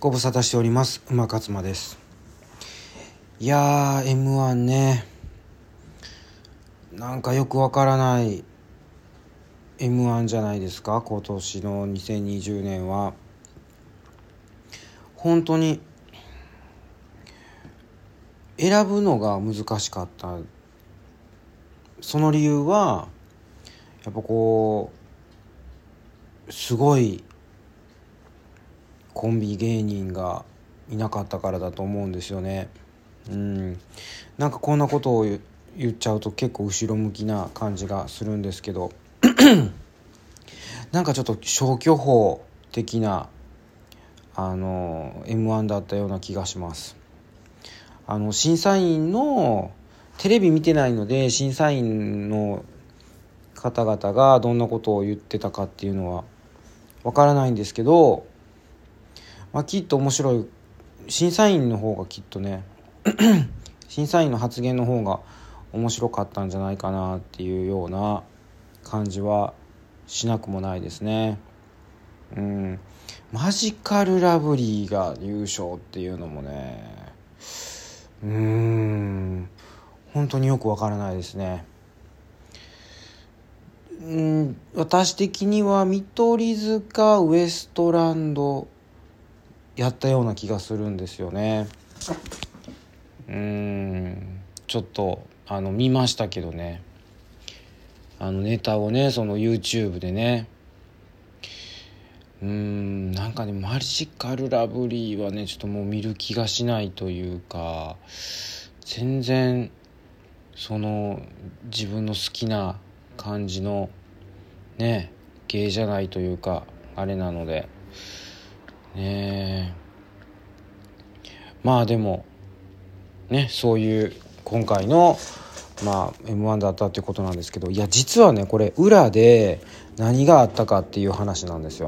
ご無沙汰しております。馬勝馬です。いやー M1 ね、なんかよくわからない M1 じゃないですか。今年の2020年は本当に選ぶのが難しかった。その理由はやっぱすごいコンビ芸人がいなかったからだと思うんですよね。なんかこんなことを言っちゃうと結構後ろ向きな感じがするんですけどなんかちょっと消去法的なM1 だったような気がします。審査員のテレビ見てないので審査員の方々がどんなことを言ってたかっていうのはわからないんですけど、きっと面白い審査員の方がきっとね審査員の発言の方が面白かったんじゃないかなっていうような感じはしなくもないですね。マジカルラブリーが優勝っていうのもね、本当によくわからないですね。私的には見取り図かウエストランドやったような気がするんですよね。ちょっと見ましたけどね、ネタをね、その YouTube でね、なんかねマジカルラブリーはねちょっともう見る気がしないというか、全然その自分の好きな感じのね芸じゃないというかあれなのでね。でもね、そういう今回のM1 だったっていうことなんですけど、いや実はねこれ裏で何があったかっていう話なんですよ。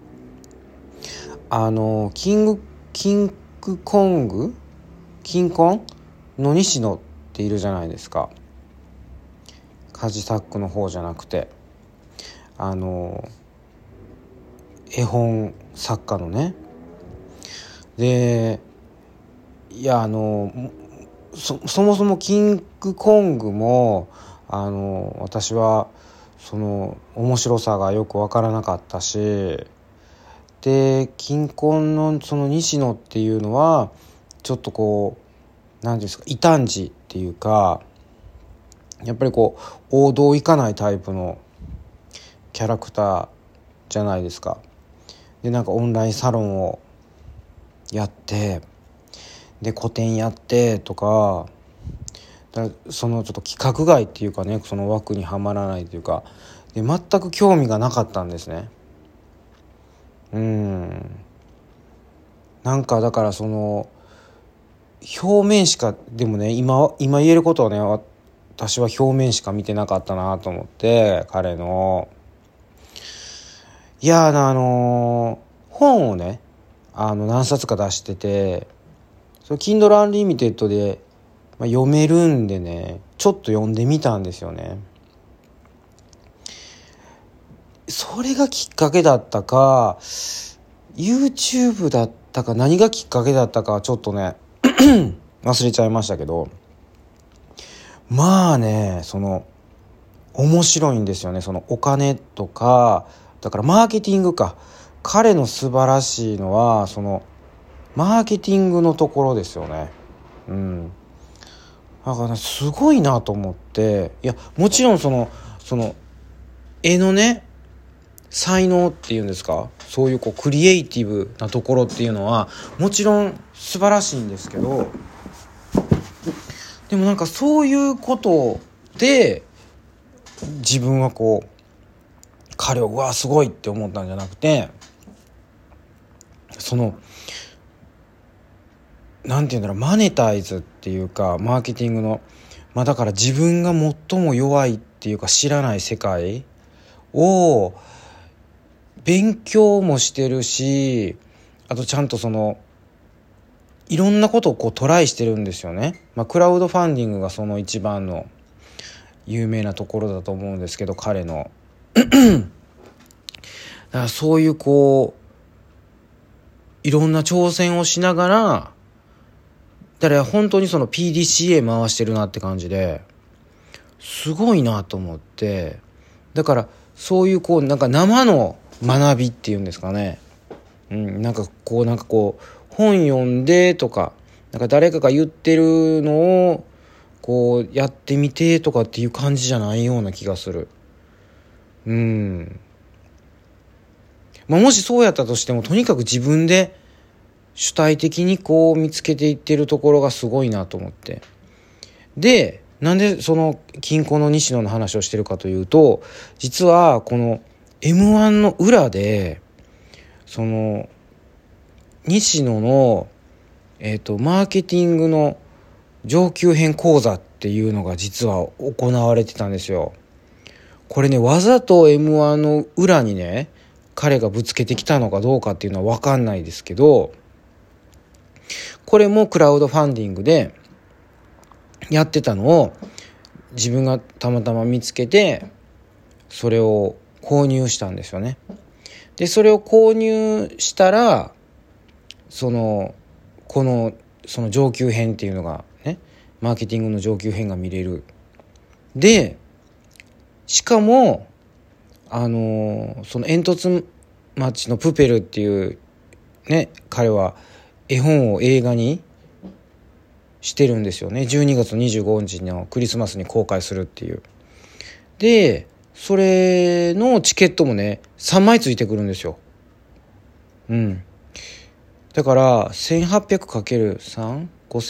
キングコングキンコンの西野っているじゃないですか。カジサックの方じゃなくて絵本作家のね。でいやそもそもキングコングも私はその面白さがよく分からなかったし、でキンコンのその西野っていうのはちょっと何ですか、異端児っていうか、やっぱり王道いかないタイプのキャラクターじゃないですか。でなんかオンラインサロンをやってで個展やってとか、そのちょっと規格外っていうかね、その枠にはまらないというかで全く興味がなかったんですね。なんかだからその表面しか、でもね今言えることはね、私は表面しか見てなかったなと思って、彼の本をね何冊か出してて、その Kindle Unlimited で、読めるんでねちょっと読んでみたんですよね。それがきっかけだったか YouTube だったか何がきっかけだったかはちょっとね忘れちゃいましたけど、その面白いんですよね。そのお金とかだからマーケティングか、彼の素晴らしいのはそのマーケティングのところですよね。だからねすごいなと思って、いやもちろんその絵のね才能っていうんですか、そういうクリエイティブなところっていうのはもちろん素晴らしいんですけど、でもなんかそういうことで自分は彼をうわすごいって思ったんじゃなくて、そのなんていうんだろう、マネタイズっていうかマーケティングのだから自分が最も弱いっていうか知らない世界を勉強もしてるし、あとちゃんとそのいろんなことをトライしてるんですよね。クラウドファンディングがその一番の有名なところだと思うんですけど、彼のだからそういういろんな挑戦をしながら、だから本当にその PDCA 回してるなって感じですごいなと思って、だからそういうこうなんか生の学びっていうんですかね、なんかこう本読んでとか、なんか誰かが言ってるのをこうやってみてとかっていう感じじゃないような気がする。もしそうやったとしても、とにかく自分で主体的にこう見つけていってるところがすごいなと思って。で、なんでその近郊の西野の話をしてるかというと、実はこの M1 の裏でその西野のマーケティングの上級編講座っていうのが実は行われてたんですよ。これね、わざと M1 の裏にね彼がぶつけてきたのかどうかっていうのは分かんないですけど、これもクラウドファンディングでやってたのを自分がたまたま見つけて、それを購入したんですよね。でそれを購入したら、その上級編っていうのがね、マーケティングの上級編が見れる。でしかもその煙突町のプペルっていうね、彼は絵本を映画にしてるんですよね。12月25日のクリスマスに公開するっていう。でそれのチケットもね3枚ついてくるんですよ。だから 1800×3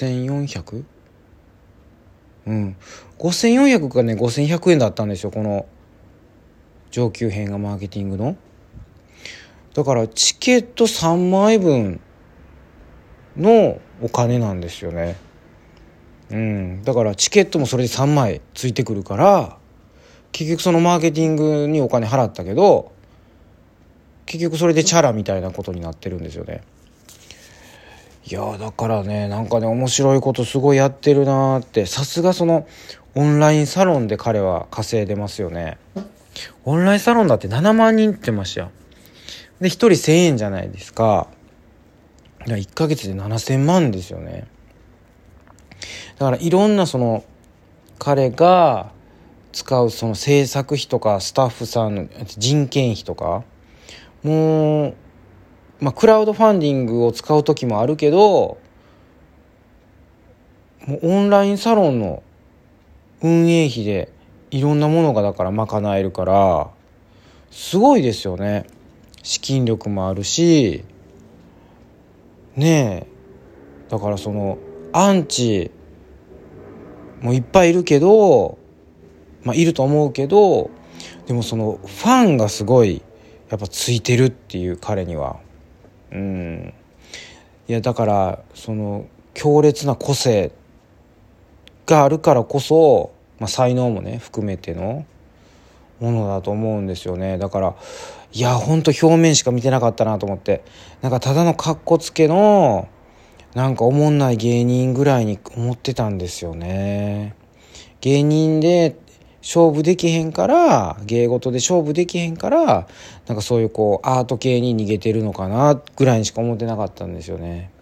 5400、5400がね5100円だったんですよ、この上級編がマーケティングの。だからチケット3枚分のお金なんですよね。だからチケットもそれで3枚ついてくるから、結局そのマーケティングにお金払ったけど、結局それでチャラみたいなことになってるんですよね。いやだからね、なんかね面白いことすごいやってるなって。さすがそのオンラインサロンで彼は稼いでますよね。オンラインサロンだって7万人って言ってましたよ。で1人1000円じゃないですか。1ヶ月で7000万ですよね。だからいろんなその彼が使うその制作費とかスタッフさんの人件費とか、もうクラウドファンディングを使う時もあるけど、もうオンラインサロンの運営費でいろんなものがだから賄えるから、すごいですよね。資金力もあるしね。だからそのアンチもいっぱいいるけど、いると思うけど、でもそのファンがすごいやっぱついてるっていう、彼には。いやだからその強烈な個性があるからこそ、才能もね含めてのものだと思うんですよね。だからいやほんと表面しか見てなかったなと思って、なんかただのカッコつけのなんかおもんない芸人ぐらいに思ってたんですよね。芸人で勝負できへんから、芸事で勝負できへんから、なんかそういうこうアート系に逃げてるのかなぐらいにしか思ってなかったんですよね。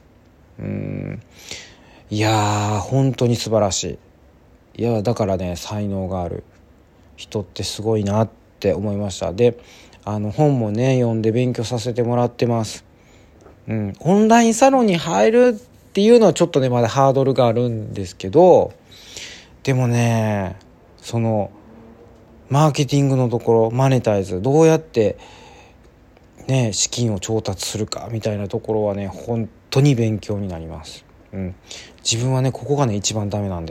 いやー本当に素晴らしい。いやだからね、才能がある人ってすごいなって思いました。で本もね読んで勉強させてもらってます。オンラインサロンに入るっていうのはちょっとねまだハードルがあるんですけど、でもねそのマーケティングのところ、マネタイズどうやってね資金を調達するかみたいなところはね本当に勉強になります。自分はねここがね一番ダメなんです。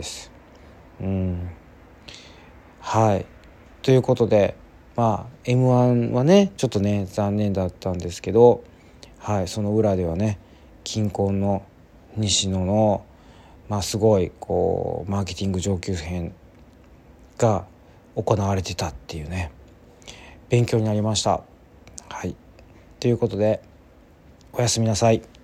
はいということでM1 はねちょっとね残念だったんですけど、その裏ではね近婚の西野のすごいこうマーケティング上級編が行われてたっていうね、勉強になりました。ということでおやすみなさい。